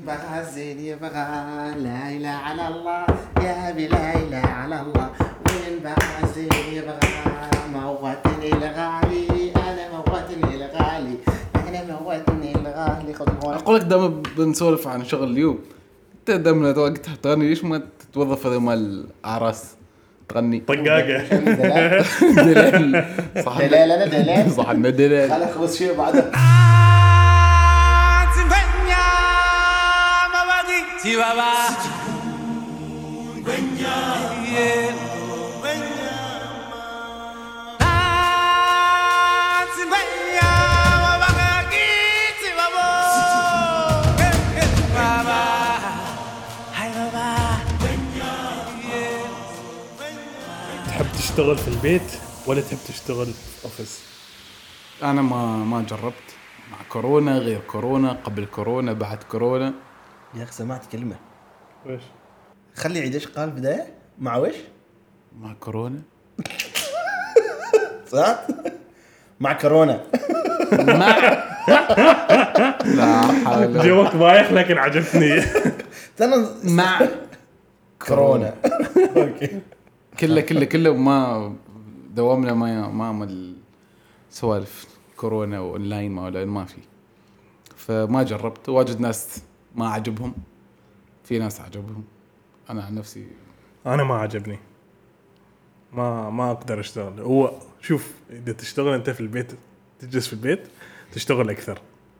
بغى الزين يبغى لا إله على الله يا أبي لا إله على الله وين بغى الزين يبغى موتني الغالي أنا موتني الغالي أنا موتني الغالي أقول لك دائما بنسولف عن شغل اليوم أنت دائما وقت تغني ليش ما تتوظف هذا مال أعراس تغني طقاقة دلال صح دلال أنا دلال صح إنه دلال خلينا خلص شيء بعده تحب تشتغل في البيت ولا تحب تشتغل في أوفيس؟ أنا ما جربت مع كورونا غير كورونا قبل كورونا بعد كورونا. يا أخي سمعت كلمة ويش؟ خلي عيد إيش قال بداية مع ويش مع كورونا صح مع كورونا مع لا حول جوك بايخ لكن عجبتني. مع كورونا أوكي كله ما دوامنا ما عمل سوالف كورونا وأونلاين ما في فما جربت. واجد ناس ما عجبهم في ناس عجبهم أنا عن نفسي أنا ما عجبني ما أقدر أشتغل. هو شوف إذا تشتغل أنت في البيت تجلس في البيت تشتغل أكثر.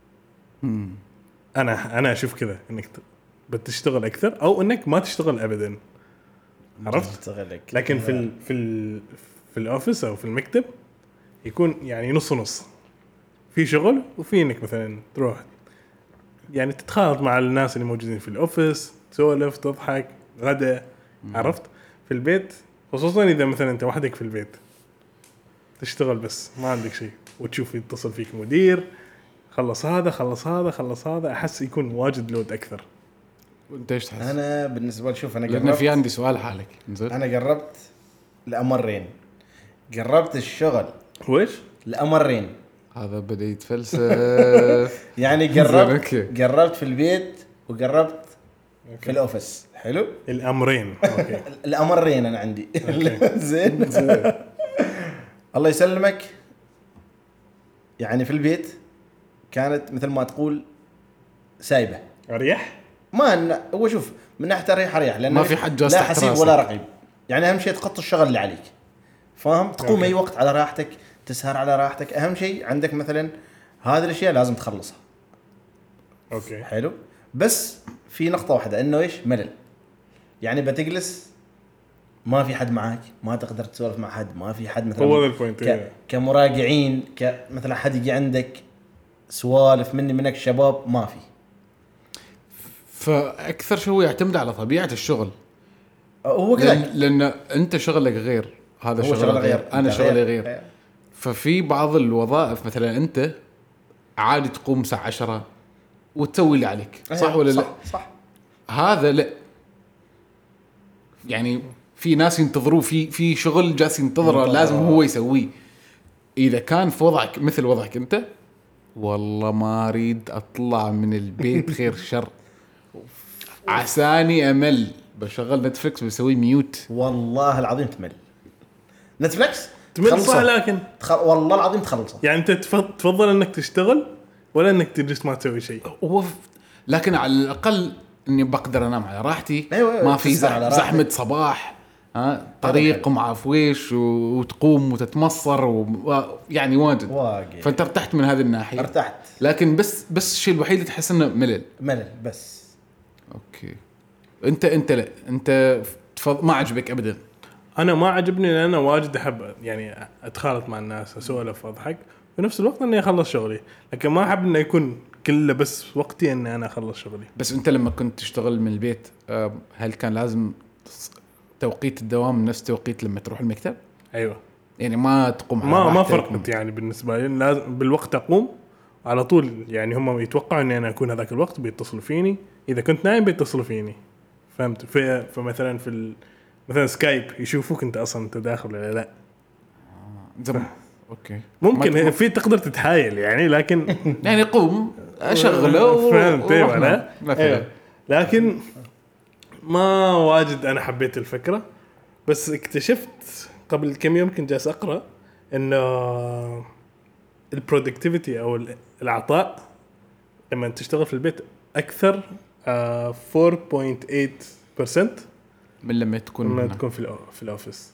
أنا أشوف كذا إنك بتشتغل أكثر أو إنك ما تشتغل أبدا عرفت. لكن في الأوفيس أو في المكتب يكون يعني نص في شغل وفي إنك مثلا تروح يعني تتخاطب مع الناس اللي موجودين في الأوفيس تسولف تضحك غدا عرفت. في البيت خصوصا إذا مثلا أنت وحدك في البيت تشتغل بس ما عندك شيء وتشوف يتصل فيك مدير خلص هذا أحس يكون واجد لود أكثر. وأنت إيش تحس؟ أنا بالنسبة لي شوف أنا لأن جربت في عندي سؤال حالك نزل. أنا جربت الأمرين جربت الشغل ويش الأمرين هذا بدأ يتفلسف يعني جربت في البيت وجربت في الأوفيس. حلو الأمرين أوكي. الأمرين أنا عندي زين الله يسلمك. يعني في البيت كانت مثل ما تقول سايبة أريح ما هو شوف من ناحية أريح لأن ما في حد جالس لا تحت حسيب راسك. ولا رقيب. يعني أهم شيء تقط الشغل اللي عليك فاهم تقوم أوكي. أي وقت على راحتك تسهر على راحتك. أهم شيء عندك مثلا هذه الأشياء لازم تخلصها أوكي. حلو. بس في نقطة واحدة إنه إيش ملل. يعني بتجلس ما في حد معك ما تقدر تسولف مع حد ما في حد مثلا هو البوينت كمراجعين مثلا حد يجي عندك سوالف منك شباب ما في. فأكثر شيء يعتمد على طبيعة الشغل. هو كذا لأن أنت شغلك غير هذا شغل غير أنا شغلي غير. ففي بعض الوظائف مثلا أنت عادي تقوم الساعة 10 وتسوي اللي عليك صح ولا لا صح. هذا لا يعني في ناس ينتظروا في شغل جالس ينتظره لازم هو يسويه. إذا كان في وضعك مثل وضعك أنت والله ما أريد أطلع من البيت خير شر عساني أمل بشغل نتفليكس بسوي ميوت. والله العظيم تمل نتفليكس تمل صح لكن والله العظيم تخلصه. يعني أنت تفضل إنك تشتغل ولا إنك تجلس ما تسوي شيء. لكن على الأقل إني بقدر أنام على راحتي. أيوة ما في على زحمة صباح طريق ومع فويش وتقوم وتتمصر يعني واجد فأنت ارتحت من هذه الناحية ارتحت. لكن بس الشيء الوحيد اللي تحس إنه ملل بس. أوكي أنت لا أنت ما عجبك أبدا. أنا ما عجبني لأن أنا واجد أحب يعني أتخالط مع الناس أسولف وأضحك في نفس الوقت إني أخلص شغلي لكن ما أحب إنه يكون كله بس وقتي إني أنا أخلص شغلي. بس أنت لما كنت تشتغل من البيت هل كان لازم توقيت الدوام نفس توقيت لما تروح المكتب؟ أيوة يعني ما تقوم ما فرقت يعني بالنسبة لي لازم بالوقت أقوم على طول. يعني هم يتوقعوا إني أنا أكون هذاك الوقت بيتصلوا فيني إذا كنت نايم بيتصلوا فيني فهمت. فمثلا مثلا سكايب يشوفوك أنت أصلا أنت داخل ولا لا. أوكي ممكن في تقدر تتحايل يعني لكن يعني قوم اشغله فهمت ورحنا ايوه مثلا. لكن ما واجد انا حبيت الفكره. بس اكتشفت قبل كم يوم كنت جالس اقرا انه البرودكتيفيتي او العطاء لما تشتغل في البيت اكثر 4.8% من لما تكون لما هنا. تكون في الاوفيس.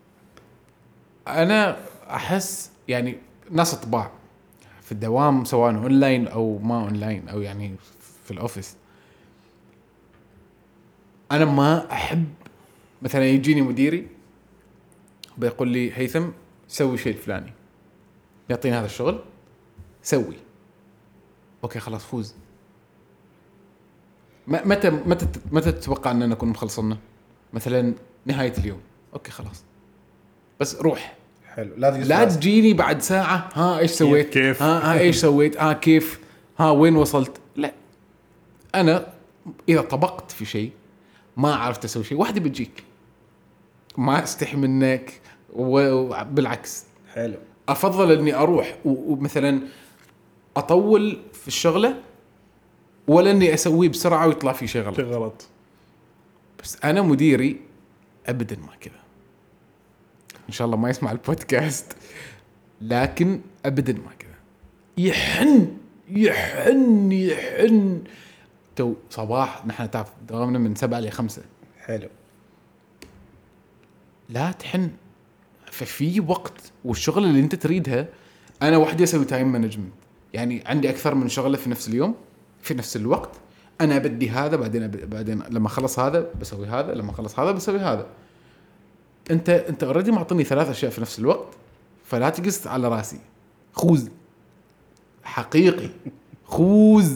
انا احس يعني ناس طباع في الدوام سواء اونلاين او ما اونلاين او يعني في الاوفيس. انا ما احب مثلا يجيني مديري بيقول لي هيثم سوي شيء الفلاني، يعطيني هذا الشغل سوي، اوكي خلاص فوز. متى تتوقع اننا نكون مخلصنا؟ مثلا نهاية اليوم، اوكي خلاص بس روح. حلو. لا تجيني بعد ساعة ها ايش سويت، كيف؟ ها ايش سويت، ها كيف، ها وين وصلت. لا، انا اذا طبقت في شيء ما عرفت اسوي شيء واحدة بتجيك، ما استحي منك. وبالعكس حلو. افضل اني اروح ومثلا اطول في الشغلة ولا اني اسويه بسرعة ويطلع في شيء غلط. غلط. بس انا مديري ابدا ما كذا، ان شاء الله ما يسمع البودكاست، لكن ابدا ما كذا. يحن تو صباح، نحن تعرف دوامنا من 7 ل 5. حلو. لا تحن، ففي وقت والشغل اللي انت تريدها. انا وحدي اسوي تايم مانجمنت، يعني عندي اكثر من شغله في نفس اليوم في نفس الوقت. انا بدي هذا بعدين لما اخلص هذا بسوي هذا، لما اخلص هذا بسوي هذا. انت اوريدي معطيني 3 اشياء في نفس الوقت، فلا تقص على راسي. خوذ حقيقي، خوذ.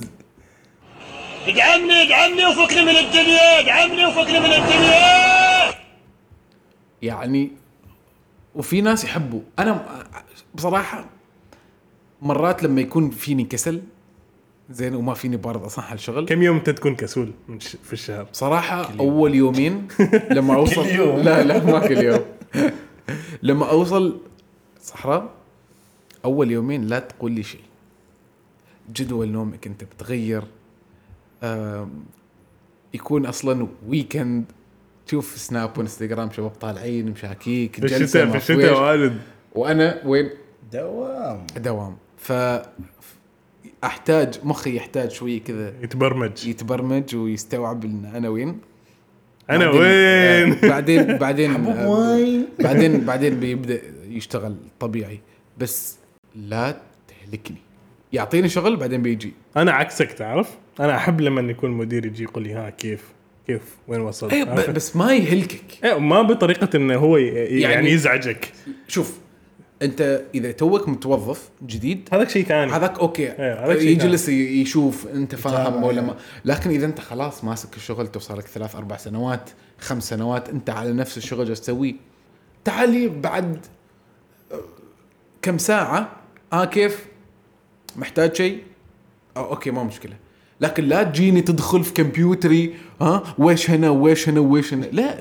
ادعمني وفكني من الدنيا، ادعمني وفكني من الدنيا. يعني وفي ناس يحبوا. انا بصراحه مرات لما يكون فيني كسل زين وما فيني بارد اصحى الشغل. كم يوم انت تكون كسول في الشهر؟ بصراحه اول يومين لما اوصل لا ما كل يوم لما اوصل صحراء اول يومين لا تقول لي شيء. جدول نومك انت بتغير، يكون اصلا ويكند تشوف سناب وانستغرام شباب طالعين مشاكيك في الشتاء والد، وانا وين دوام. احتاج مخي يحتاج شوي كذا يتبرمج ويستوعب ان انا وين. بعدين بيبدأ يشتغل طبيعي. بس لا تهلكني، يعطيني شغل بعدين بيجي. انا عكسك تعرف، انا احب لما يكون مدير يجي يقول لي ها كيف وين وصلت. أيوة بس ما يهلكك. أيوة ما بطريقة انه هو يعني يزعجك. شوف انت اذا توك متوظف جديد هذاك شيء ثاني، هذاك اوكي. أيوة يجلس يشوف انت فاهم ولا ما. لكن اذا انت خلاص ماسك الشغل توصل لك 3-4 سنوات 5 سنوات انت على نفس الشغل جالس تسويه، تعالي بعد كم ساعة كيف محتاج شيء اوكي ما مشكلة. لكن لا تجيني تدخل في كمبيوتري ويش هنا لا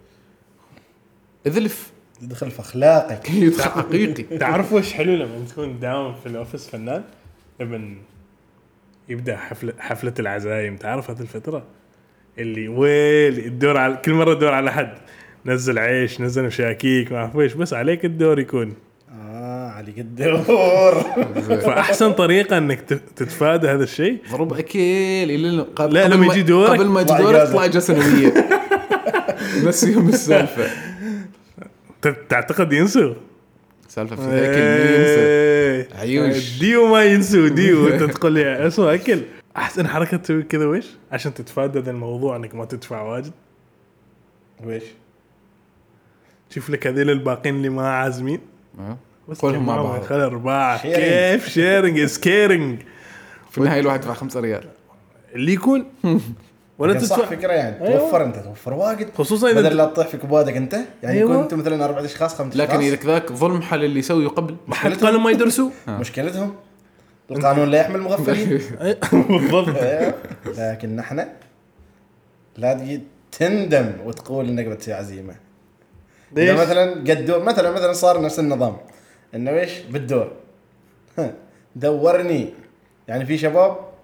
اذلف تدخل في اخلاقك. حقيقي. تعرف وش حلو لما تكون داوم في الاوفيس فنان، لما يبدا حفله العزايم. تعرف هذه الفتره اللي ويل الدور على كل مره الدور على حد، نزل عيش نزل مشاكيك ما اعرف ايش، بس عليك الدور يكون عليك الدور. فاحسن طريقه انك تتفادى هذا الشيء ضرب اكل لا لما يجي دورك قبل ما يجي دورك طلع جسنويه نسيهم السالفه. تعتقد ينسوا سالفه في الاكل ينسى عيوش ديو ما ينسوا ديو. انت تقول لي اسمه اكل. احسن حركه تسوي كذا ويش عشان تتفادى هذا الموضوع انك ما تدفع واجد. ويش شوف لك هذيل الباقين اللي ما عازمين بس كلهم مع بعض خلي 4. كيف شيرنج از كيرنج. في النهايه الواحد يدفع 5 ريال اللي يكون ولا تدفع فكره يعني. أيوة. توفر واجد، خصوصا اذا بدل لا تطيح في كبادك انت يعني. أيوة. كنت مثلا 4 اشخاص 5 اشخاص، لكن اذا ذاك ظلم حل اللي يسويه قبل مشكلتهم ما يدرسوا. مشكلتهم القانون لا يحمل مغفلين. بالضبط. لكن نحن لا تجي تندم وتقول انك بتسوي عزيمه. اذا مثلا قدوا مثلا صار نفس النظام انه ايش بالدور دورني يعني. في شباب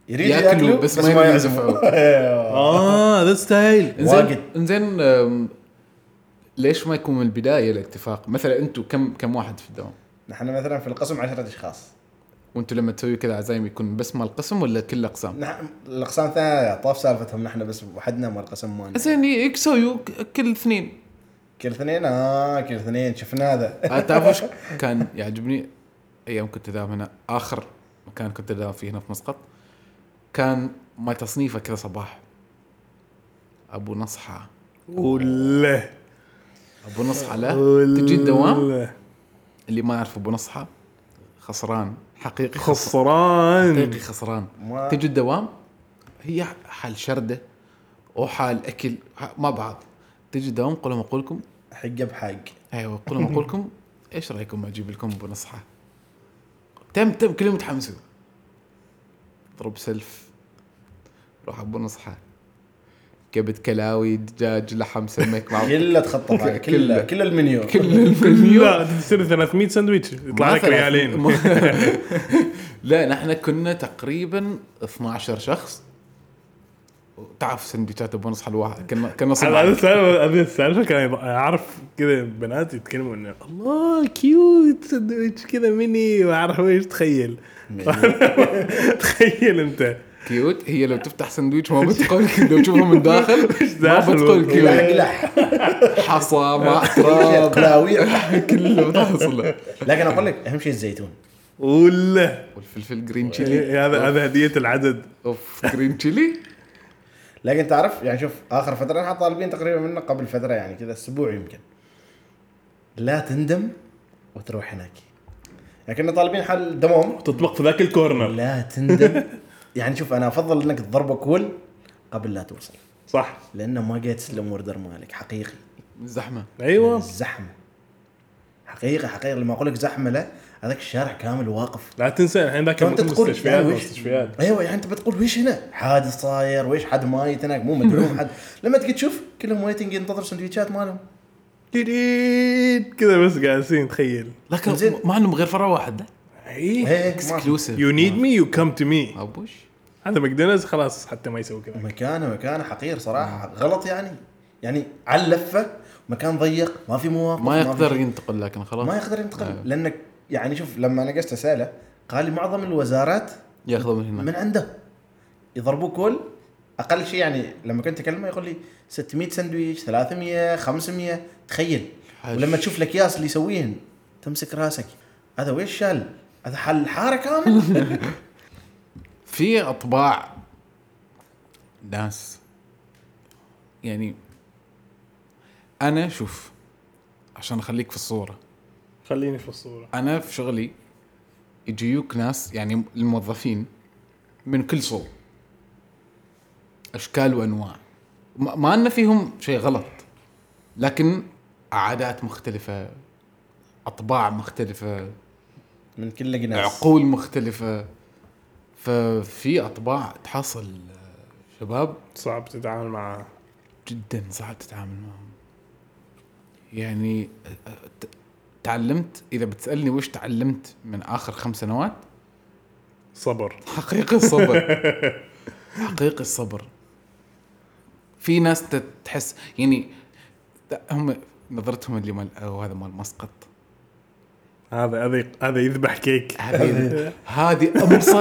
يريد ياكلوا ياكلوا بس بس ما ما يدفعوا. يعزموا. هذا ستايل. واجد. انزين ليش ما يكون من البدايه الاتفاق؟ مثلا انتم كم واحد في الدوام؟ نحن مثلا في القسم 10 اشخاص. وانتم لما تسوي كذا عزايم يكون بس مال القسم ولا كل الاقسام؟ نحن الاقسام الثانيه طاف سالفتهم، نحن بس وحدنا مال القسم مالنا. زين يسويوا كل اثنين. كل اثنين كل اثنين شفنا هذا. تعرف وش كان يعجبني ايام كنت دام هنا؟ اخر مكان كنت دام فيه هنا في مسقط كان ما تصنيفه كذا صباح ابو نصحى. ولا ابو نصحى لا تجي الدوام. اللي ما يعرف ابو نصحى خسران حقيقي، خسران حقيقي خسران. تجي الدوام هي حال شرده وحال اكل ما بعض. تجي الدوام قولوا ما اقولكم حق بحق. ايوه قولوا ما اقولكم ايش رايكم اجيب لكم ابو نصحى؟ تم كلهم متحمسين. ضرب سلف روح ابو نصحى كبد كلاوي دجاج لحم سمك مع كله تخطف على كل المنيو. لا تصير 300 سندويتش يطلع لك ريالين. لا نحن كنا تقريبا 12 شخص. تعرف سندويشات ابو نصحى الواحد كنا هذا السالفه كان اعرف كذا بنات يتكلموا انه الله كيوت سندويتش كذا ميني واعرف ايش. تخيل انت كيوت هي لو تفتح سندويش ما بتقول لو تشوفه من داخل ما بتقول كيوت. حصى مع تراب كلاوي كله بتحصل. لكن اقول لك اهم شيء الزيتون ولا والفلفل جرين تشيلي. هذا هديه العدد. اوف جرين تشيلي. لكن تعرف يعني شوف اخر فتره نحن طالبين تقريبا منه قبل فتره يعني كذا اسبوع يمكن لا تندم وتروح هناك. يعني كنا طالبين حل دموم تطبق في ذاك الكورنر. لا تندم. يعني شوف انا افضل انك تضربه كول قبل لا توصل، صح، لانه ما قاعد تسلم اوردر مالك حقيقي. زحمه. ايوه الزحمه حقيقي لما اقول لك زحمه لا هذاك الشارع كامل واقف. لا تنسى الحين ذاك انت تقول مستشفيات. ايوه يعني انت بتقول ويش هنا حادث صاير ويش حد مايت هناك مو مدعوم حد. لما تجي تشوف كلهم ويتنج ينتظر سندويشات مالهم جديد كذا بس قاعدين. تخيل لكن ما عندهم غير فرع واحد ده. اي اكسكلوسيف. يو نيد مي يو كم تو مي. ابوش هذا ماكدونالدز خلاص حتى ما يسوي كذا. مكانه حقير صراحه. غلط يعني على اللفه مكان ضيق ما في مواقف ما يقدر ينتقل. لكن خلاص ما يقدر ينتقل لانك يعني شوف لما انا قست اساله قال لي معظم الوزارات ياخذوا من هنا من عنده يضربوا كل اقل شيء. يعني لما كنت اكلمه يقول لي 600 سندويش 300 500 تخيل. ولما تشوف الاكياس اللي يسويهن تمسك راسك هذا ويش شال هذا حل حاره كامل. في اطباع ناس يعني انا شوف عشان اخليك في الصوره. خليني في الصوره. انا في شغلي يجيوك ناس يعني الموظفين من كل صوب اشكال وانواع. ما ان فيهم شيء غلط لكن عادات مختلفه اطباع مختلفه من كل جناس عقول مختلفه. ففي اطباع تحصل شباب صعب تتعامل معها جدا. صعب تتعامل معهم. يعني تعلمت اذا بتسالني وش تعلمت من اخر 5 سنوات صبر. حقيقي الصبر. حقيقي الصبر. في ناس تحس يعني هم نظرتهم اللي مال هذا مال مسقط هذا يذبح كيك. هذه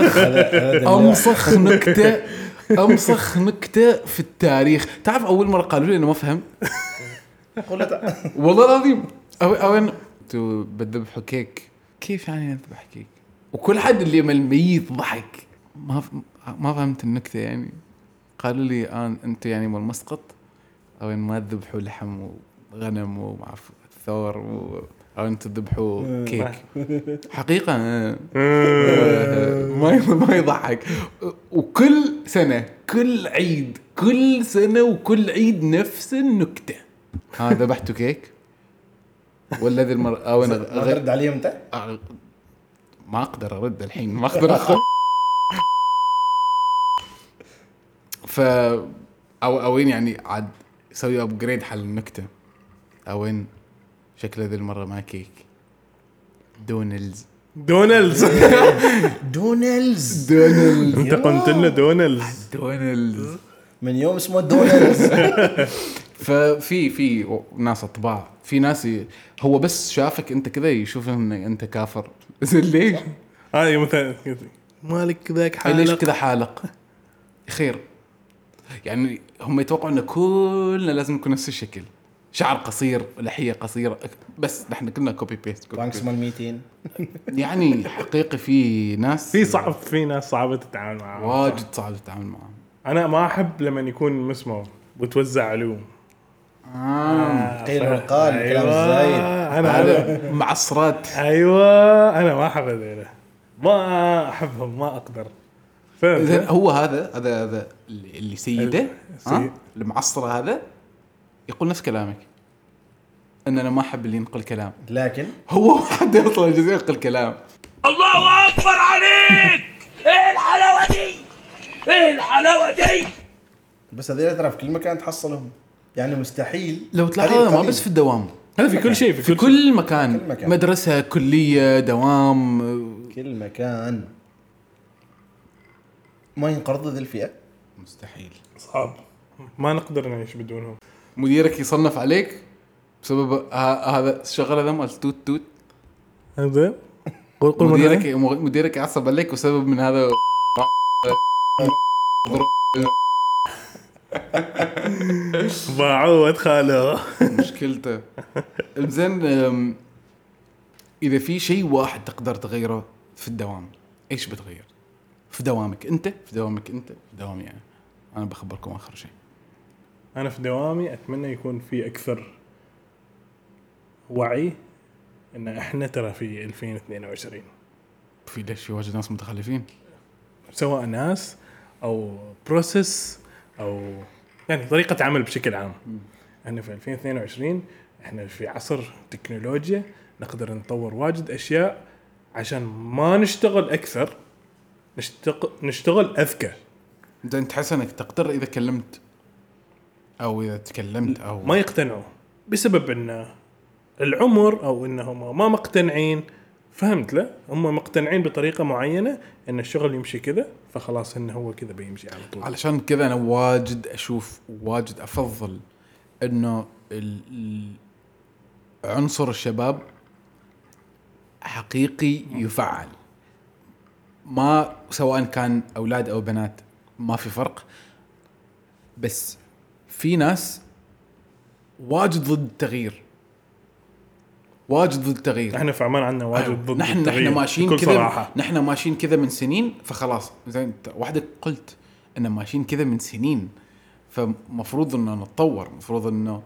امسخ نكته في التاريخ. تعرف اول مره قالوا لي انه ما فهم والله العظيم او انتوا بتذبحوا كيك. كيف يعني نذبح كيك؟ وكل حد اللي ميت ضحك. ما فهمت النكته. يعني قالوا لي انت يعني مال مسقط او ان ما تذبحوا لحم وغنم ومعرف ثور او انت تذبحوا كيك. حقيقه ما يضحك. وكل سنه كل عيد كل سنه وكل عيد نفس النكته. ذبحتوا كيك ولا ذي المره او انا ارد عليهم انت؟ ما اقدر ارد الحين. ما اقدر او يعني عاد يسوي ابجريد حل النكته. او شكله ذي المره ما كيك دونلز دونالدز. دونالدز انت قلت لنا دونالدز من يوم اسمه دونالدز. ففي ناس اطباع، في ناس هو بس شافك انت كذا يشوف ان انت كافر. ليش مثلا مالك ذاك ليش حالك كذا حالق؟ خير يعني هم يتوقعوا ان كلنا لازم نكون نفس الشكل، شعر قصير، لحية قصيرة، بس نحن كنا كوبي بيست. بانكس مال 200 يعني حقيقي في ناس في ناس صعبة تتعامل معهم، واجد صعب التعامل معهم. انا ما احب لما يكون مسمو وتوزع علوم قيل وقال كلام الزايد. هذا معصرات. ايوه انا ما احب هذول، ما احبهم، ما اقدر. إذن هو هذا اللي سيده المعصرة هذا يقول نفس كلامك، ان انا ما احب اللي ينقل كلام، لكن هو حد يطلع الجزء ينقل كلام. الله اكبر عليك. ايه الحلاوه دي، ايه الحلاوه دي. بس هذول ترى في كل مكان تحصلهم، يعني مستحيل. لو تلاحظ ما بس في الدوام، هذا في كل شيء، في كل مكان. كل مكان. مدرسة، كلية، دوام، كل مكان ما ينقرض ذي الفئة. مستحيل، صعب، ما نقدر نعيش بدونهم. مديرك يصنف عليك بسبب هذا الشغل هذا مال توت توت. هذا مديرك يعصب عليك بسبب من هذا. باعوا ادخاله مشكلته. زين، اذا في شيء واحد تقدر تغيره في الدوام، ايش بتغير في دوامك انت؟ في دوامي يعني انا بخبركم اخر شيء. انا في دوامي اتمنى يكون في اكثر وعي ان احنا ترى في 2022 في ليش في واجد ناس متخلفين، سواء ناس او بروسيس او يعني طريقة عمل بشكل عام. احنا في 2022 احنا في عصر تكنولوجيا، نقدر نطور واجد اشياء عشان ما نشتغل اكثر، نشتغل اذكى. انت تحس انك تقدر اذا كلمت او اذا تكلمت او ما يقتنعوا بسبب ان العمر او انهم ما مقتنعين. فهمت؟ لا هم مقتنعين بطريقة معينة ان الشغل يمشي كذا، فخلاص انه هو كذا بيمشي على طول. علشان كذا انا واجد اشوف واجد افضل انه عنصر الشباب حقيقي يفعل، ما سواء كان اولاد او بنات ما في فرق. بس في ناس واجد ضد التغيير، واجد ضد التغيير. احنا في عمان عندنا واجد ضد نحن ماشيين كذا، نحن ماشيين كذا من سنين، فخلاص زي انت وحدك قلت ان ماشيين كذا من سنين، فمفروض انه نتطور. مفروض انه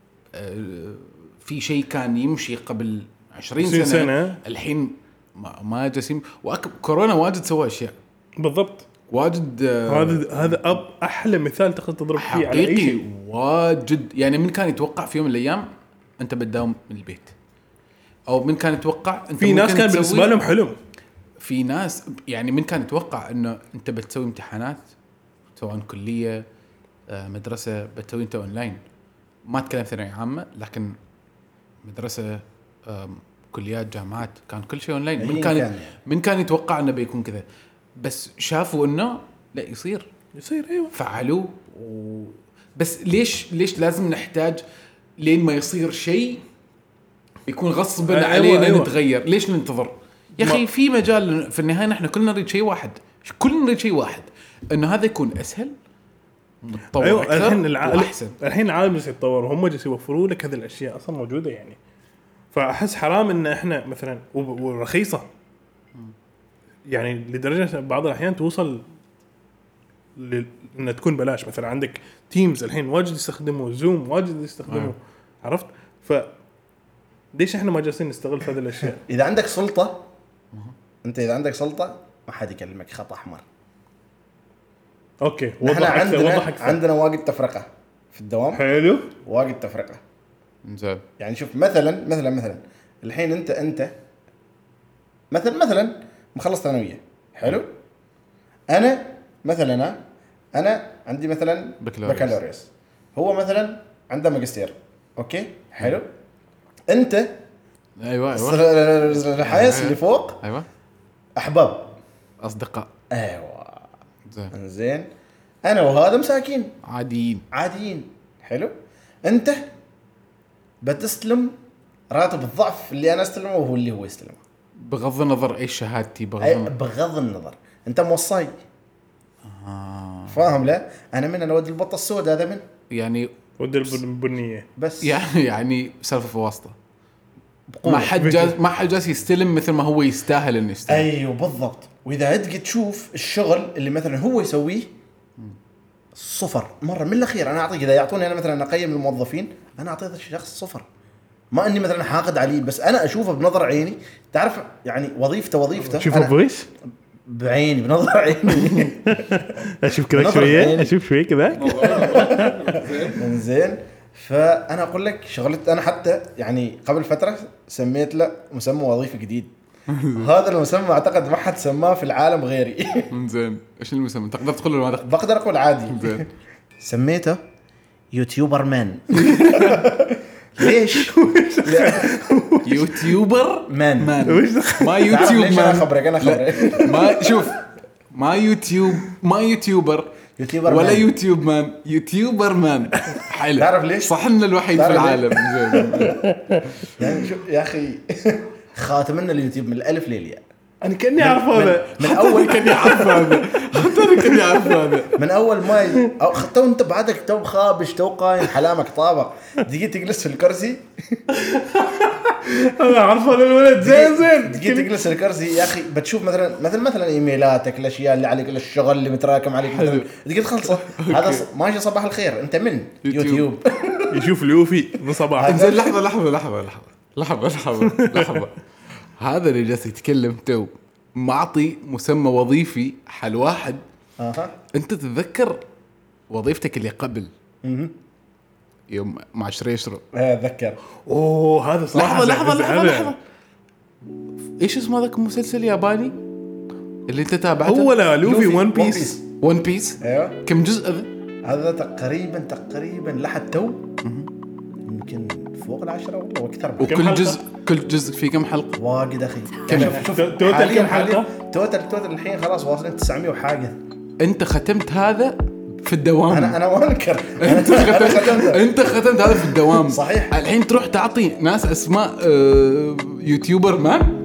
في شيء كان يمشي قبل 20 سنة الحين ما جسم. كورونا واجد سوى اشياء بالضبط، واجد. هذا احلى مثال تقدر تضرب فيه على اي شيء. واجد يعني من كان يتوقع في يوم من الايام انت بتداوم من البيت، او من كان يتوقع انت في ناس كان بالنسبه لهم حلم. في ناس يعني من كان يتوقع انه انت بتسوي امتحانات سواء كليه مدرسه بتسوي انت اونلاين. ما اتكلم ثانويه عامه، لكن مدرسه كليات جامعات كان كل شيء اونلاين. من كان يتوقع انه بيكون كذا، بس شافوا انه لا يصير. ايوه فعلوا بس ليش لازم نحتاج لين ما يصير شيء يكون غصبا علينا نتغير؟ ليش ننتظر يا اخي؟ في مجال في النهايه نحن كلنا نريد شيء واحد، انه هذا يكون اسهل نتطور اكثر واحسن. الحين العالم جالس يتطور وهم جالس يوفروا لك هذه الاشياء اصلا موجوده يعني. فاحس حرام ان احنا مثلا ورخيصه يعني لدرجه بعض الاحيان توصل ان تكون بلاش. مثلا عندك تيمز الحين واجد يستخدموا زوم، واجد يستخدموا عرفت؟ ليش احنا ما جالسين نستغل هذه الاشياء؟ اذا عندك سلطه انت، اذا عندك سلطه ما حد يكلمك خط احمر. اوكي وضح عندنا واجد تفرقه في الدوام. حلو، واجد تفرقه. زين يعني شوف مثلا الحين انت مثلا مخلص ثانويه. حلو. انا مثلا انا عندي مثلا بكالوريوس، هو مثلا عنده ماجستير. اوكي حلو. انت ايوه الحيس اللي فوق ايوه احباب اصدقاء ايوه زين زين. انا وهذا مساكين عاديين. حلو. انت بتستلم راتب الضعف اللي انا استلمه وهو اللي هو يستلمه بغض النظر ايش شهادتي بغض النظر انت موصاي. فاهم؟ لا انا من انا ودي البطه السوداء هذا من يعني ودي البنيه بس يعني سالفه في واسطه ما حد جالس يستلم مثل ما هو يستاهل انه يستلم. ايوه بالضبط. واذا تجي تشوف الشغل اللي مثلا هو يسويه صفر مره من الاخير. انا اعطيك اذا يعطوني انا مثلا اقيم الموظفين انا اعطيت الشخص صفر. ما اني مثلا حاقد عليه بس انا اشوفه بنظر عيني. تعرف يعني وظيفته شوفه بويش بعيني بنظر عيني اشوف كذا شويه اشوف شويه كذا زين. فانا اقول لك شغلت انا حتى يعني قبل فتره سميت له مسمى وظيفي جديد. هذا المسمى اعتقد ما حد سماه في العالم غيري. زين ايش المسمى تقدر تقول له ما بقدر اقول عادي. زين سميته يوتيوبر مان. ليش؟ يوتيوبر مان ما يوتيوب مان. انا خبرك ما شوف ما يوتيوبر ولا مان. يوتيوب مان يوتيوبر مان. حلو. تعرف ليش؟ صحنا الوحيد في العالم. زين يعني شوف يا اخي خاتمنا اليوتيوب من الالف للياء. انا كاني اعرف هذا من اول كان يعرف هذا حتى كان يعرف هذا من اول ما تو انت بعدك تو خابش تو قايم حلامك طابق تجي تجلس في الكرسي. انا اعرف هذا الولد زين تجي تجلس في الكرسي يا اخي بتشوف مثلا ايميلاتك الاشياء اللي عليك الشغل اللي متراكم عليك مثلا تجي تخلصه. هذا ماشي صباح الخير انت من يوتيوب. يشوف اليوفي من صباح. زين لحظه هذا اللي جالس يتكلم تو معطي مسمى وظيفي حل واحد. انت تتذكر وظيفتك اللي قبل يوم مع شريشرو؟ اتذكر. هذا صح. لحظه ايش اسمه ذاك المسلسل الياباني اللي انت تابعته؟ هو لا لوفي ون بيس. ايوه كم جزء هذا تقريبا لحد تو يمكن فوق 10 والله واكثر. كل جزء فيه كم حلقه؟ واجد اخي. شوف توتال كم حلقه؟ توتال الحين خلاص واصلين 900 وحاجه. انت ختمت هذا في الدوام. انا ما انكر. انت ختمت هذا في الدوام. صحيح. الحين تروح تعطي ناس اسماء يوتيوبر مان.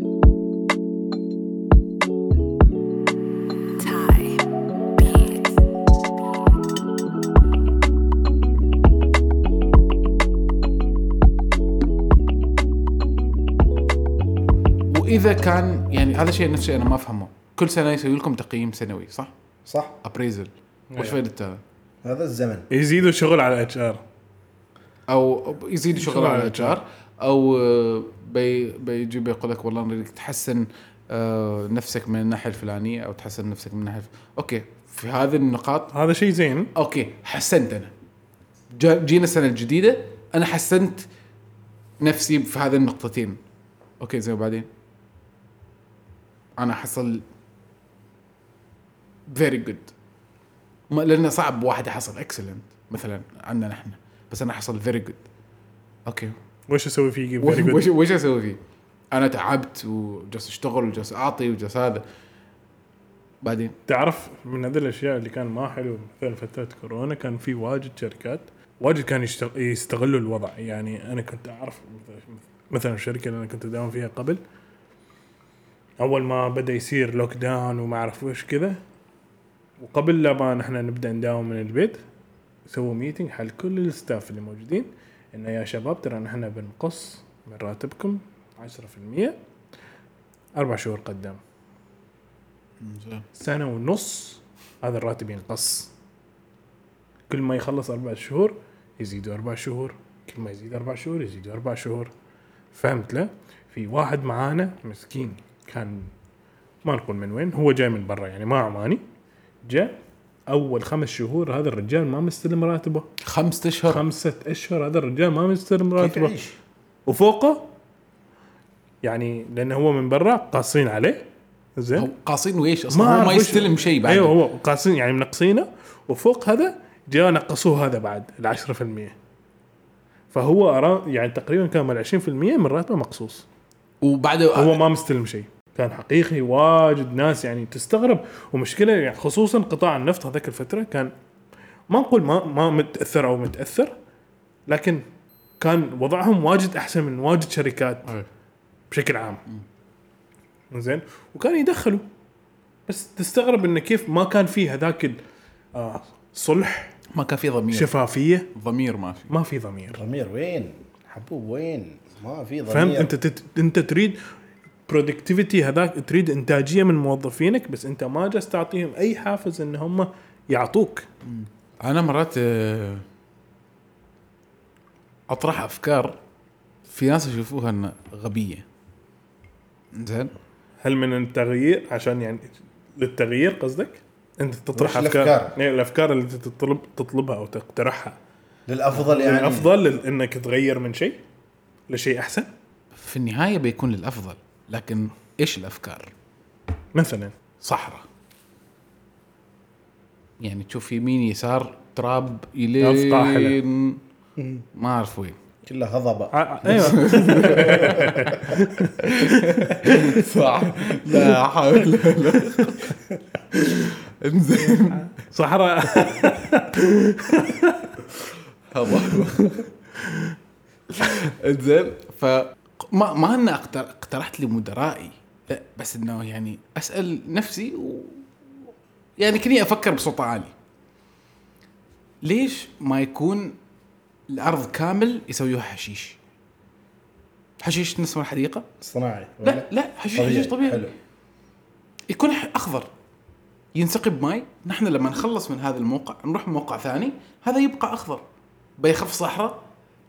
وإذا كان يعني هذا شيء نفس الشيء أنا ما أفهمه. كل سنة يسوي لكم تقييم سنوي صح؟ أبريزل. وش فائدة هذا الزمن؟ يزيدوا شغل على HR أو يزيدوا شغل على HR أو بيجي بيقول لك والله نريد تحسن نفسك من الناحية الفلانية أو تحسن نفسك من الناحية أوكي في هذه النقاط هذا شيء زين. أوكي حسنت أنا جينا السنة الجديدة أنا حسنت نفسي في هذه النقطتين. أوكي زين وبعدين أنا حصل very good لأنه صعب واحد يحصل excellent مثلا عندنا نحن بس أنا حصل very good. أوكي وش أسوي فيه؟ وش أسوي فيه؟ أنا تعبت وجلس أشتغل وجلس أعطي وجلس هذا. بعدين تعرف من هذه الأشياء اللي كان ما حلو مثلا فترة كورونا كان في واجد شركات واجد كان يستغلوا الوضع. يعني أنا كنت أعرف مثلا الشركة اللي أنا كنت أداوم فيها قبل أول ما بدأ يصير لوك داون وما أعرف وش كذا وقبل لما نحن نبدأ نداوم من البيت سووا ميتينج حل كل الستاف اللي موجودين إنه يا شباب ترى نحن بنقص من راتبكم 10% 4 شهور قدام. سنة ونص هذا الراتب ينقص. كل ما يخلص 4 شهور يزيدوا 4 شهور كل ما يزيد 4 شهور يزيدوا 4 شهور. فهمت له؟ في واحد معانا مسكين كان ما نقول من وين هو جاي من برا يعني ما عماني جاء أول 5 شهور هذا الرجال ما مستلم راتبه. 5 أشهر 5 أشهر هذا الرجال ما مستلم راتبه وفوقه يعني لأنه هو من برا قاصين عليه. زين قاصين وإيش أصلاً ما يستلم شيء بعد. أيوه هو قاصين يعني منقصينه وفوق هذا جاء نقصوه هذا بعد 10%. فهو يعني تقريبا كان 20% من راتبه مقصوص، وبعد هو ما مستلم شيء. كان حقيقي واجد ناس يعني تستغرب. ومشكلة يعني خصوصا قطاع النفط هذاك الفترة كان ما نقول ما متأثر أو متأثر، لكن كان وضعهم واجد أحسن من واجد شركات بشكل عام. زين، وكان يدخلوا، بس تستغرب إنه كيف ما كان فيه هذاك صلح، ما كان في ضمير، شفافية، ضمير ما في ضمير وين حبوب وين ما في ضمير. فهمت؟ انت تريد برودكتيفيتي، هذاك تريد انتاجيه من موظفينك، بس انت ما جالس تعطيهم اي حافز ان هم يعطوك. انا مرات اطرح افكار في ناس يشوفوها انها غبيه. زين، هل من التغيير عشان يعني للتغيير قصدك انت تطرح وش افكار؟ الافكار اللي تطلبها او تقترحها للافضل، يعني الافضل انك تغير من شيء لشيء احسن. في النهايه بيكون للافضل، لكن ايش الافكار؟ مثلا صحراء، يعني تشوف يمين يسار تراب أفقع يلين ما اعرف وين، كلها هضبه. ايوه صح. لا حول ولا انزين صحراء انزين. ما انا اقترحت لمدرائي، لا، بس انه يعني اسال نفسي يعني كني افكر بصوت عالي، ليش ما يكون الارض كامل يسويوها حشيش نسمى الحديقه صناعي لا حشيش طبيعي حلو. يكون اخضر ينسقي بماء. نحن لما نخلص من هذا الموقع نروح موقع ثاني، هذا يبقى اخضر، بيخف صحراء،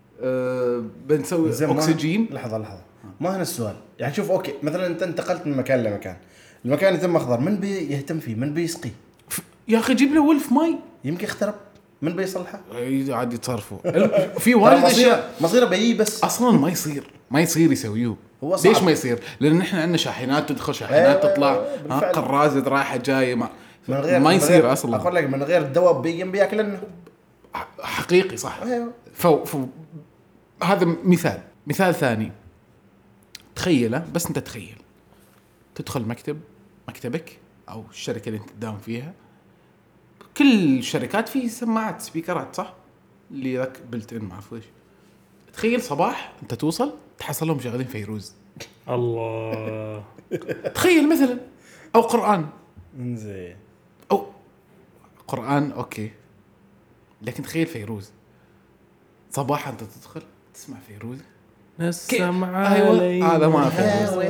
بنسوي اكسجين. لحظه ما هنا السؤال. يعني شوف اوكي، مثلا انت انتقلت من مكان لمكان، المكان يتم اخضر، من بيهتم فيه؟ من بيسقي؟ يا اخي جيب له ولف ماي، يمكن اخترب، من بيصلحه؟ عاد يتصرفوا في واجد اشياء مصيره بيجي، بس اصلا ما يصير يسويوه. ليش ما يصير؟ لان نحن عندنا شاحنات تدخل شاحنات تطلع، قرازة رايحه جايه، ما يصير اصلا. اقول لك من غير الدواء بياكل لنا حقيقي صح. ايوه. هذا مثال ثاني. تخيله، بس انت تخيل تدخل مكتبك او الشركه اللي انت تداوم فيها، كل الشركات فيه سماعات سبيكرات صح، اللي ذاك بلت ان ما اعرف ايش. تخيل صباح انت توصل تحصلهم شغالين فيروز. الله. تخيل مثلا، او قرآن، زين، او قرآن اوكي، لكن تخيل فيروز صباح انت تدخل تسمع فيروز نسمع أيوة. هذا ما فيروز،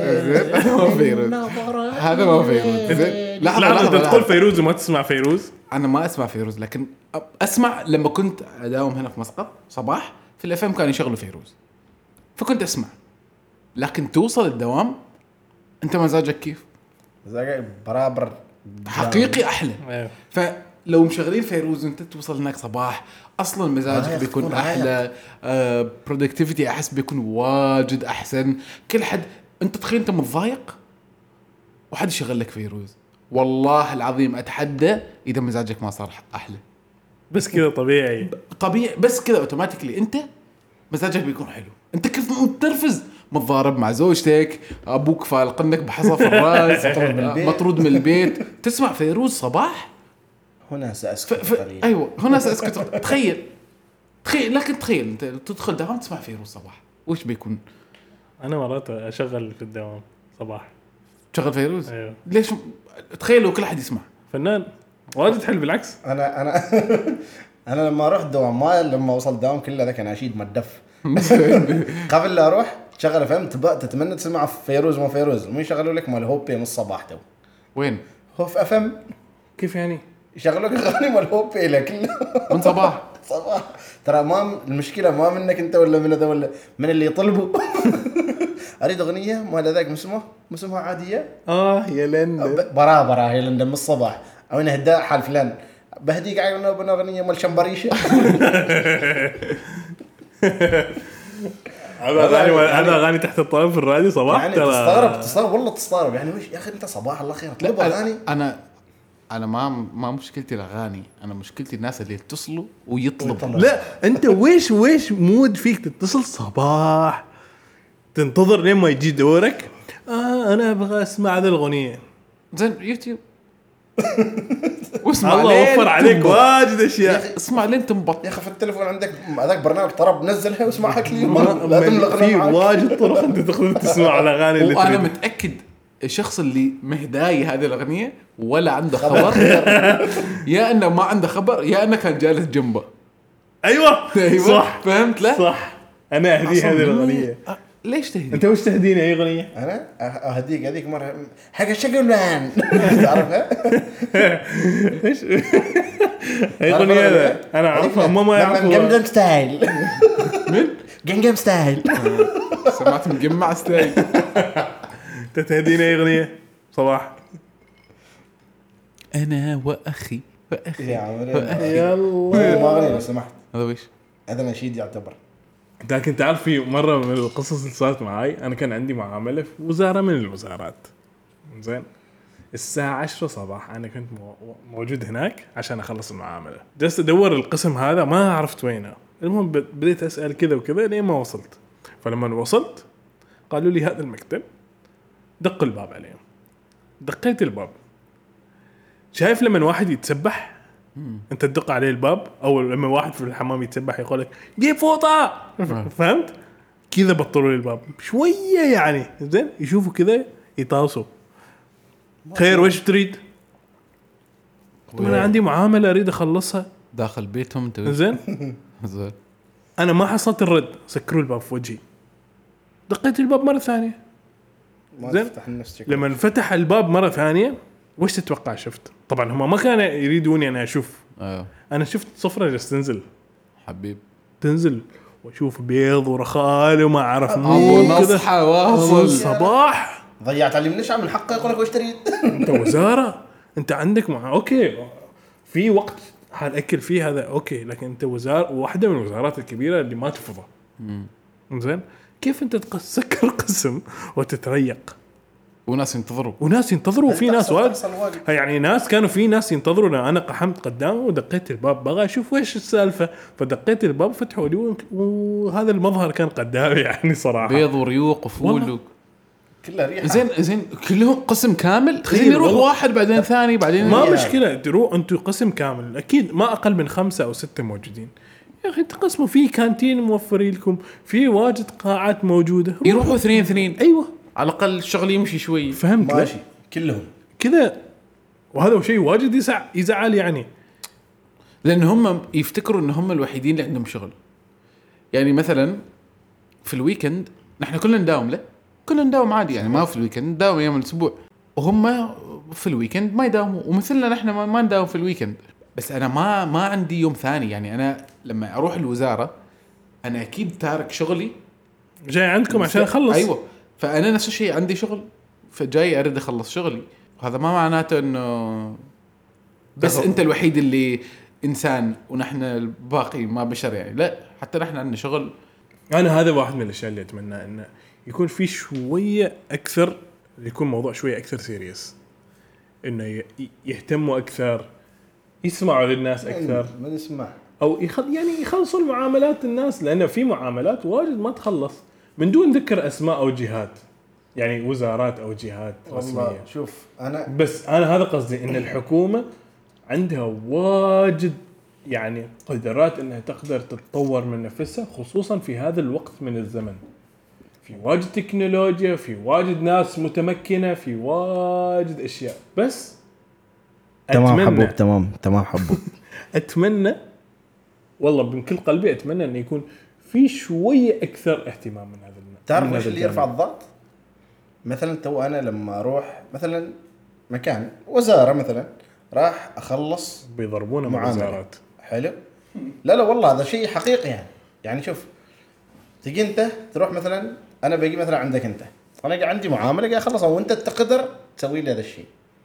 هذا ما فيروز. لا تدخل فيروز وما تسمع فيروز. انا ما اسمع فيروز، لكن اسمع لما كنت اداوم هنا في مسقط صباح في الاف ام كانوا يشغلوا فيروز، فكنت اسمع. لكن توصل الدوام انت مزاجك كيف؟ مزاجك برابر حقيقي احلى. فلو مشغلين فيروز وانت توصل هناك صباح، اصلا مزاجك بيكون احلى، برودكتيفيتي احس بيكون واجد احسن. كل حد انت تخيل انت متضايق وحد يشغل لك فيروز، والله العظيم اتحدى اذا مزاجك ما صار احلى. بس كذا طبيعي بس كذا اوتوماتيكلي انت مزاجك بيكون حلو. انت كيف مترفز، متضارب مع زوجتك، ابوك فالقنك بحصى في الراس، مطرود من البيت، تسمع فيروز صباح، هنا سأسكت قليلا. ايوه هنا سأسكت. تخيل لكن تخيل انت تدخل دوام تسمع فيروز صباح، وش بيكون؟ انا مرات اشغل في الدوام صباح تشغل فيروز. أيوه. ليش؟ تخيلوا كل أحد يسمع فنان واجد حلو. بالعكس انا لما اروح الدوام، ما لما اوصل الدوام كله ذاك اناشيد مدف. قبل لا اروح تشغل فهمت تتمنى تسمع فيروز. ما فيروز مو يشغلوا لك مال هوبي من الصباح. تو وين هو في افهم كيف يعني يشغلوا لك اغاني مال هوبي لك من صباح. ترى ما المشكله ما منك انت ولا من هذا ولا من اللي يطلبوا. اريد اغنيه ما ذاك اسمها عاديه. يا لندن برابره هي لندن من الصباح، او انه هداء حال فلان بهديك عيونه باغنيه مال شمبريشه. هذا اغاني تحت الطاوله في الراديو صباح. يعني تستغرب والله تستغرب، يعني وش يا اخي انت صباح الله خير طلب اغاني. انا انا ما مشكلتي الاغاني، انا مشكلتي الناس اللي يتصلوا ويطلبوا. لا انت ويش مود فيك تتصل صباح تنتظر لين ما يجي دورك. انا ابغى اسمع هذه الاغنيه. زين يوتيوب واسمع الله وفر عليك واجد اشياء. اسمع لين تنبط يا اخي في التليفون عندك هذاك برنامج طرب نزلها واسمعها كل يوم. في واجد طرق انت تقدر تسمع الاغاني اللي وانا تريد. متاكد الشخص اللي مهداي هذه الاغنيه ولا عنده خبر يا انه ما عنده خبر يا انه كان جالس جنبه. ايوه صح فهمت له صح. انا اهدي هذه الاغنيه. ليش تهدي؟ انت وش تهديني اي اغنيه؟ انا اهديك هذيك مره حق الشقلان تعرفها؟ ايش اي اغنيه هذا انا اعرفها ما يعرفها. جنجم ستايل. من جنجم ستايل. سمعت مجمع ستايل. انت تهديني اي اغنيه صباح؟ انا واخي يا عمري يلا ما اغني لو سمحت. هذا ويش؟ هذا نشيد يعتبر. لكن تعرف في مره من القصص اللي صارت معي، انا كان عندي معامله في وزاره من الوزارات. زين الساعه 10 صباح انا كنت موجود هناك عشان اخلص المعامله. جلست ادور القسم هذا ما عرفت وينه. المهم بديت اسال كذا وكذا لين ما وصلت. فلما وصلت قالوا لي هذا المكتب. دق الباب عليهم. دقيت الباب. شايف لما واحد يتسبح انت تدق عليه الباب، او لما واحد في الحمام يتسبح يقول لك جيب فوطه فهمت كذا؟ بطلوا لي الباب شويه يعني. زين يشوفوا كذا يطاوسوا خير وش تريد؟ انا عندي معامله اريد اخلصها داخل بيتهم انت. زين زين انا ما حصلت الرد، سكروا الباب في وجهي. دقيت الباب مره ثانيه. زين لما انفتح الباب مره ثانيه وش تتوقع شفت؟ طبعا هم ما كانوا يريدوني انا اشوف. ايوه انا شفت صفرة جالس تنزل حبيب تنزل واشوف بيض ورخال وما اعرف ابو نصحى واصل صباح. ضيعت علي من الشعب من حقه يقول لك وش تريد. انت وزاره انت عندك اوكي في وقت حالاكل فيه هذا اوكي، لكن انت وزاره واحده من الوزارات الكبيره اللي ما تفضى. زين كيف انت تسكر قسم وتتريق وناس ينتظروا في ناس واجد يعني ناس كانوا في ناس ينتظروا. انا قحمت قدامه ودقيت الباب بغى اشوف ويش السالفه، فدقيت الباب فتحوا لي وهذا المظهر كان قدامي يعني صراحه بيض وريوق وفول كلها ريحه. زين كلهم قسم كامل. زين يروح واحد بعدين ثاني بعدين ما مشكله تروح انتوا قسم كامل اكيد ما اقل من 5 أو 6 موجودين. يا اخي تقسموا في كانتين موفرين لكم، في واجد قاعات موجوده، يروحوا اثنين. ايوه على الاقل الشغل يمشي شوي. فهمت ماشي كلهم كذا. وهذا شيء واجد يزعل يعني، لان هم يفتكروا ان هم الوحيدين اللي عندهم شغل. يعني مثلا في الويكند نحن كلنا نداوم عادي يعني ما في الويكند نداوم يوم الاسبوع، وهم في الويكند ما يداوموا ومثلنا نحن ما نداوم في الويكند. بس انا ما عندي يوم ثاني. يعني انا لما اروح الوزاره انا اكيد تارك شغلي جاي عندكم عشان اخلص. ايوه فانا نفس الشيء عندي شغل فجاي اريد اخلص شغلي. وهذا ما معناته انه بس انت الوحيد اللي انسان ونحن الباقي ما بشر يعني. لا حتى نحن عندنا شغل. انا هذا واحد من الاشياء اللي اتمنى انه يكون في شويه اكثر، يكون موضوع شويه اكثر سيريس، انه يهتموا اكثر، يسمعوا للناس اكثر، ما نسمع او يعني يخلصوا المعاملات الناس، لان في معاملات واجد ما تخلص من دون ذكر اسماء او جهات، يعني وزارات او جهات رسميه. شوف بس انا هذا قصدي ان الحكومه عندها واجد يعني قدرات انها تقدر تتطور من نفسها، خصوصا في هذا الوقت من الزمن. في واجد تكنولوجيا، في واجد ناس متمكنه، في واجد اشياء. بس تمام حبوب تمام حبوب اتمنى والله من كل قلبي اتمنى انه يكون في شويه اكثر اهتمام من هذا النوع. تعرف ايش اللي يرفع الضغط؟ مثلا تو انا لما اروح مثلا مكان وزاره مثلا راح اخلص بيضربونا وزارات حلو. لا والله هذا شيء حقيقي يعني شوف تجي انت تروح مثلا انا باجي مثلا عندك انت انا عندي معامله جاي اخلصها وانت تقدر تسوي لي هذا الشيء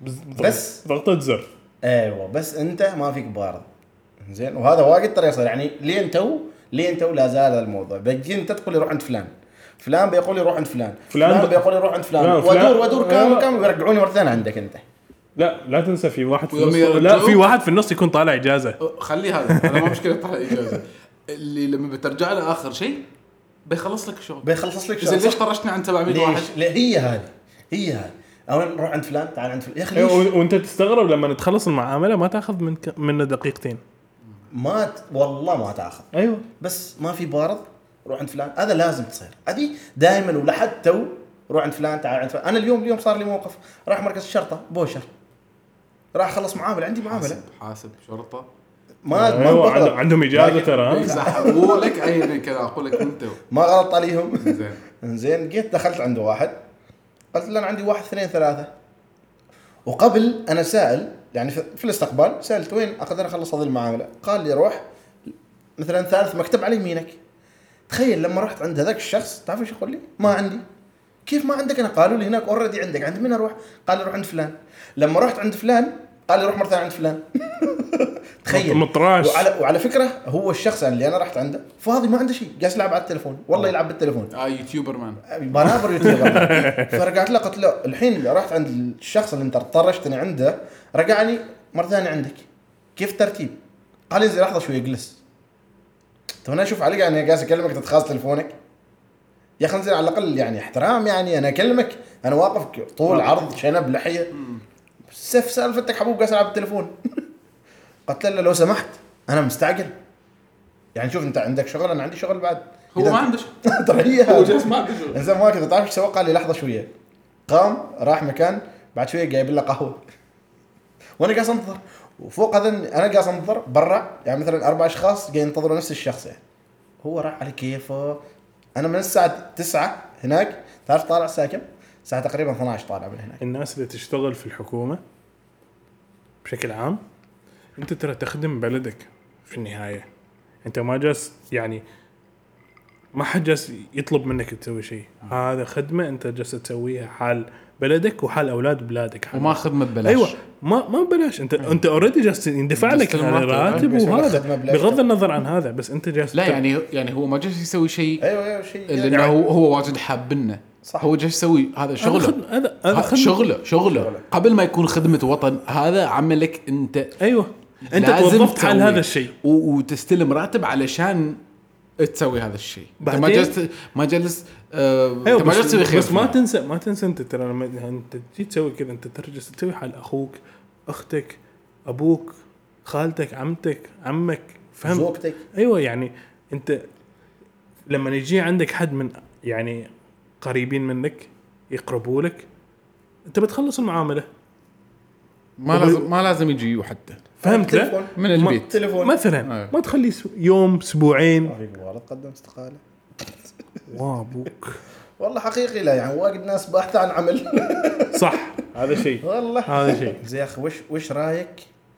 بس ضغطة زر. ايوه بس انت ما فيك بارد زين. وهذا واجد ترى يصير يعني لين تو لا زال الموضوع. بجي انت تقول لي روح عند فلان بيقول لي روح عند فلان بيقول لي روح عند فلان وادور كم بيرجعوني مرة ثانية عندك انت. لا تنسى في واحد في ويوم النص. لا يرجعوك. في واحد في النص يكون طالع اجازه. خلي هذا انا ما مشكله طلع اجازه اللي لما بترجع له اخر شيء بيخلص لك الشغل. بيخلص لك زين ليش طرشتني عن 700 واحد؟ ليش؟ لا هي هذه او نروح عند فلان، تعال عند فلان يا اخي. وانت تستغرب لما تخلص المعامله ما تاخذ منه دقيقتين. والله ما تاخذ. ايوه بس ما في بارد، روح عند فلان. هذا لازم تصير هذه دائما ولحد تو. روح عند فلان، تعال عند فلان. انا اليوم صار لي موقف، راح مركز الشرطه بوشر، راح اخلص معامله، عندي معامله حاسب شرطه ما أيوة عندهم اجازه ترى. يسحبوا لك عينك كذا. اقول لك انت ما غلط عليهم. زين زين جيت دخلت عنده واحد، قلت له انا عندي 1 2 3. وقبل انا سائل يعني في الاستقبال سالت وين اقدر اخلص هذه المعامله، قال لي روح مثلا ثالث مكتب على يمينك. تخيل لما رحت عند هذاك الشخص، تعرف ايش يقول لي؟ ما عندي. كيف ما عندك؟ انا قالوا لي هناك اوريدي عندك. عند مين اروح؟ قال لي روح عند فلان. لما رحت عند فلان قال لي روح مره ثانيه عند فلان. تخيل. مطراش. وعلى فكره هو الشخص اللي انا رحت عنده فاضي ما عنده شيء، جالس يلعب على التليفون، والله يلعب بالتليفون. يوتيوبر مان بنابر يوتيوبر. فرجعت له قلت له الحين رحت عند الشخص اللي انت طرشتني عنده، رجعني مره ثانيه عندك، كيف ترتيب؟ قال لي لحظه شوي اجلس. طب انا اشوف عليك يعني جالس اكلمك تتخاذ تليفونك يا اخي، انزل على الاقل يعني احترام. يعني انا اكلمك انا واقف طول عرض شنب لحيه سالفتك حبوب جالس العب بالتليفون. قلت له لو سمحت انا مستعجل، يعني شوف انت عندك شغل انا عندي شغل بعد. هو ما عنده شغل. ترى هي هو جالس ما عنده شغل. انزين ما كذا. تعرف ايش سوى؟ قال لي لحظه شويه، قام راح مكان، بعد شويه جايب له قهوه وانا قاعد انتظر. وفوق هذا انا قاعد انتظر برا، يعني مثلا 4 اشخاص قاعدين ينتظروا نفس الشخص. يعني هو راح على كيفه. انا من الساعه 9 هناك، تعرف طالع الساعه كم؟ الساعه تقريبا 12 طالع من هناك. الناس اللي تشتغل في الحكومه بشكل عام انت ترى تخدم بلدك في النهايه. انت ما جالس يعني ما حد جالس يطلب منك تسوي شيء، هذا خدمه انت جالس تسويها حال بلدك وحال اولاد بلادك. وما خدمه ببلاش. ايوه ما ببلاش. انت اوريدي جالس يندفع لك راتب وهذا بغض النظر عن هذا، بس انت جالس لا يعني هو ما جالس يسوي شيء. ايوه شيء لانه يعني هو واجد حابنا. صح. هو جالس يسوي هذا شغله. هذا شغله قبل ما يكون خدمه وطن. هذا عملك انت. ايوه انت توظفت حال هذا الشيء وتستلم راتب علشان تسوي هذا الشيء. انت ما جالس أيوة ما جالس تسوي خير. بس ما تنسى انت ترى لما انت تجي تسوي كذا انت ترجع تسوي حال اخوك، اختك، ابوك، خالتك، عمك، فهمت؟ زوجتك. ايوه يعني انت لما يجي عندك حد من يعني قريبين منك يقربوا لك، انت بتخلص المعامله. ما لازم يجي حتى. فهمت؟ تليفون من البيت تليفون مثلا ما تخلي يوم اسبوعين. ما في والله تقدم استقاله. وابوك والله حقيقي لا، يعني واجد ناس باحثة عن عمل. صح هذا شيء والله هذا شيء. زي يا اخي وش رايك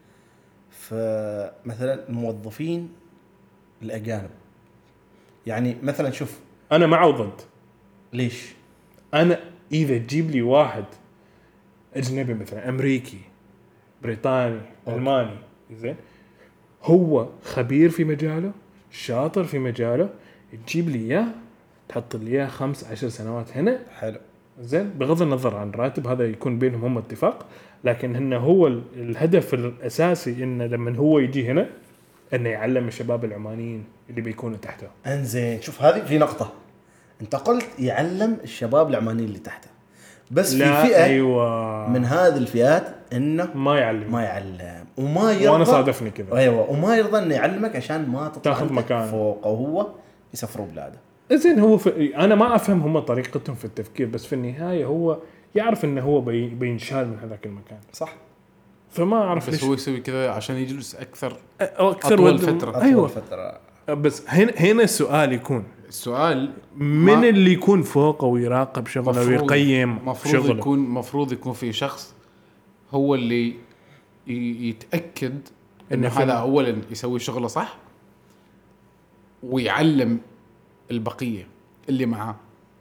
في مثلا الموظفين الاجانب؟ يعني مثلا شوف انا مع وضد. ليش؟ انا اذا تجيب لي واحد اجنبي مثلا امريكي بريطاني الماني زين، هو خبير في مجاله شاطر في مجاله، تجيب لي اياه تحط لي اياه 5-10 سنوات هنا حلو زين، بغض النظر عن راتب هذا يكون بينهم هم اتفاق، لكن انه هو الهدف الاساسي انه لما هو يجي هنا انه يعلم الشباب العمانيين اللي بيكونوا تحته. انزين شوف هذه في نقطة، انت قلت يعلم الشباب العمانيين اللي تحته، بس في فئة أيوة من هذه الفئات انه ما يعلم وما يرضى. وانا صادفني كذا. ايوه وما يرضى انه يعلمك عشان ما تاخذ مكان فوق وهو يسفروا بلاده. زين هو انا ما افهم هم طريقتهم في التفكير، بس في النهايه هو يعرف انه هو بينشال من هذاك المكان صح، فما اعرف بس ليش هو يسوي كذا عشان يجلس اكثر اطول فتره. ايوه فترة. بس هنا السؤال يكون السؤال من اللي يكون فوقه ويراقب شغله ويقيم شغله. مفروض يكون في شخص هو اللي يتاكد انه هذا اولا يسوي شغله صح، ويعلم البقيه اللي معاه،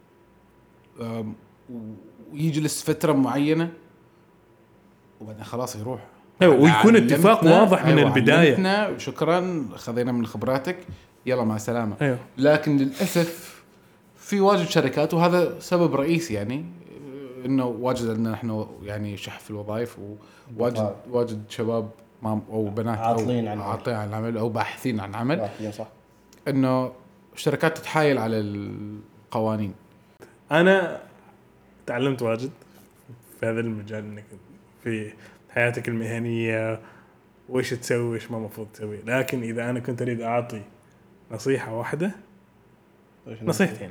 ويجلس فتره معينه وبعدين خلاص يروح. ايوه ويكون اتفاق واضح من البدايه. شكرا خذينا من خبراتك يلا مع السلامه. أيوه. لكن للاسف في واجد شركات، وهذا سبب رئيسي يعني انه واجد عندنا احنا يعني شح في الوظائف واجد شباب ما او بنات عاطلين عن العمل او باحثين عن عمل. صح. انه الشركات تتحايل على القوانين. انا تعلمت واجد في هذا المجال، انك في حياتك المهنيه وإيش تسوي وإيش ما مفروض تسوي. لكن اذا انا كنت اريد اعطي نصيحه واحده، نصيحتين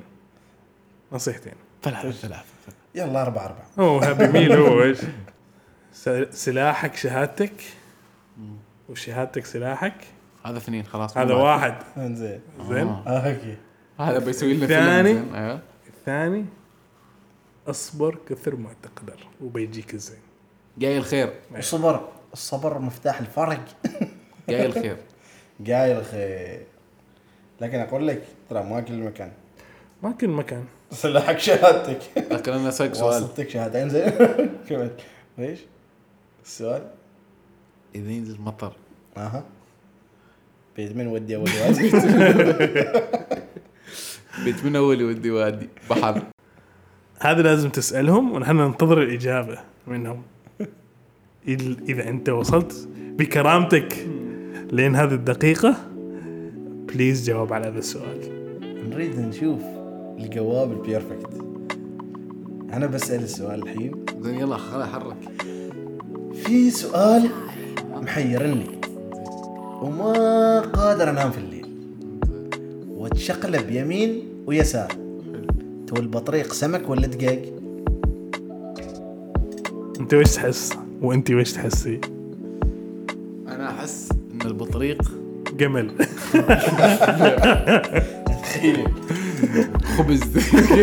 ثلاثة يلا 4 هو بميل هو ايش سلاحك شهادتك وشهادتك سلاحك. هذا 2 خلاص. هذا واحد زين. اوكي هذا بيسوي لنا الثاني. الثاني اصبر كثر ما تقدر وبيجيك الزين. جاي الخير. الصبر مفتاح الفرق. جاي الخير. لكن اقول لك ترى ما كل مكان سلاحك شهادتك. لكن انا اسالك سؤال. وصلتك شهادتين زين. كمل. ايش السؤال؟ اذا ينزل مطر بيت من ودي اول وادي. بيت من اول ودي وادي بحر. هذا لازم تسألهم ونحن ننتظر الإجابة منهم. إذا أنت وصلت بكرامتك لين هذه الدقيقة بليز جاوب على هذا السؤال. نريد نشوف الجواب البيرفكت. أنا بسأل السؤال الحين. زين يلا خليني أحرك. في سؤال محيرني وما قادر أنام في الليل وتشقلب يمين ويسار. تو البطريق سمك ولا دقاق؟ أنت وش تحس وأنت وش تحسي؟ أنا أحس إن البطريق جمل. تخيل خبز.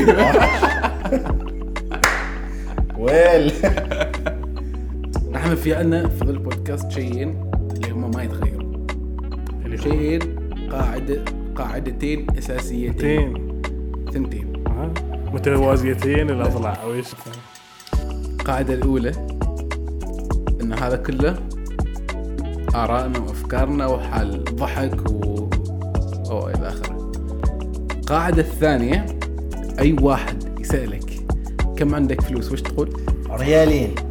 ويل. نحن في عنا في البودكاست شيئين اللي هم ما يتغيروا. شيئين قاعدتين أساسيتين. 2 متوازيتين الأضلاع أو إيش؟ القاعدة الأولى إن هذا كله آرائنا وأفكارنا وحال ضحك أو إلى آخره. القاعدة الثانية أي واحد يسألك كم عندك فلوس وش تقول؟ 2 ريالين.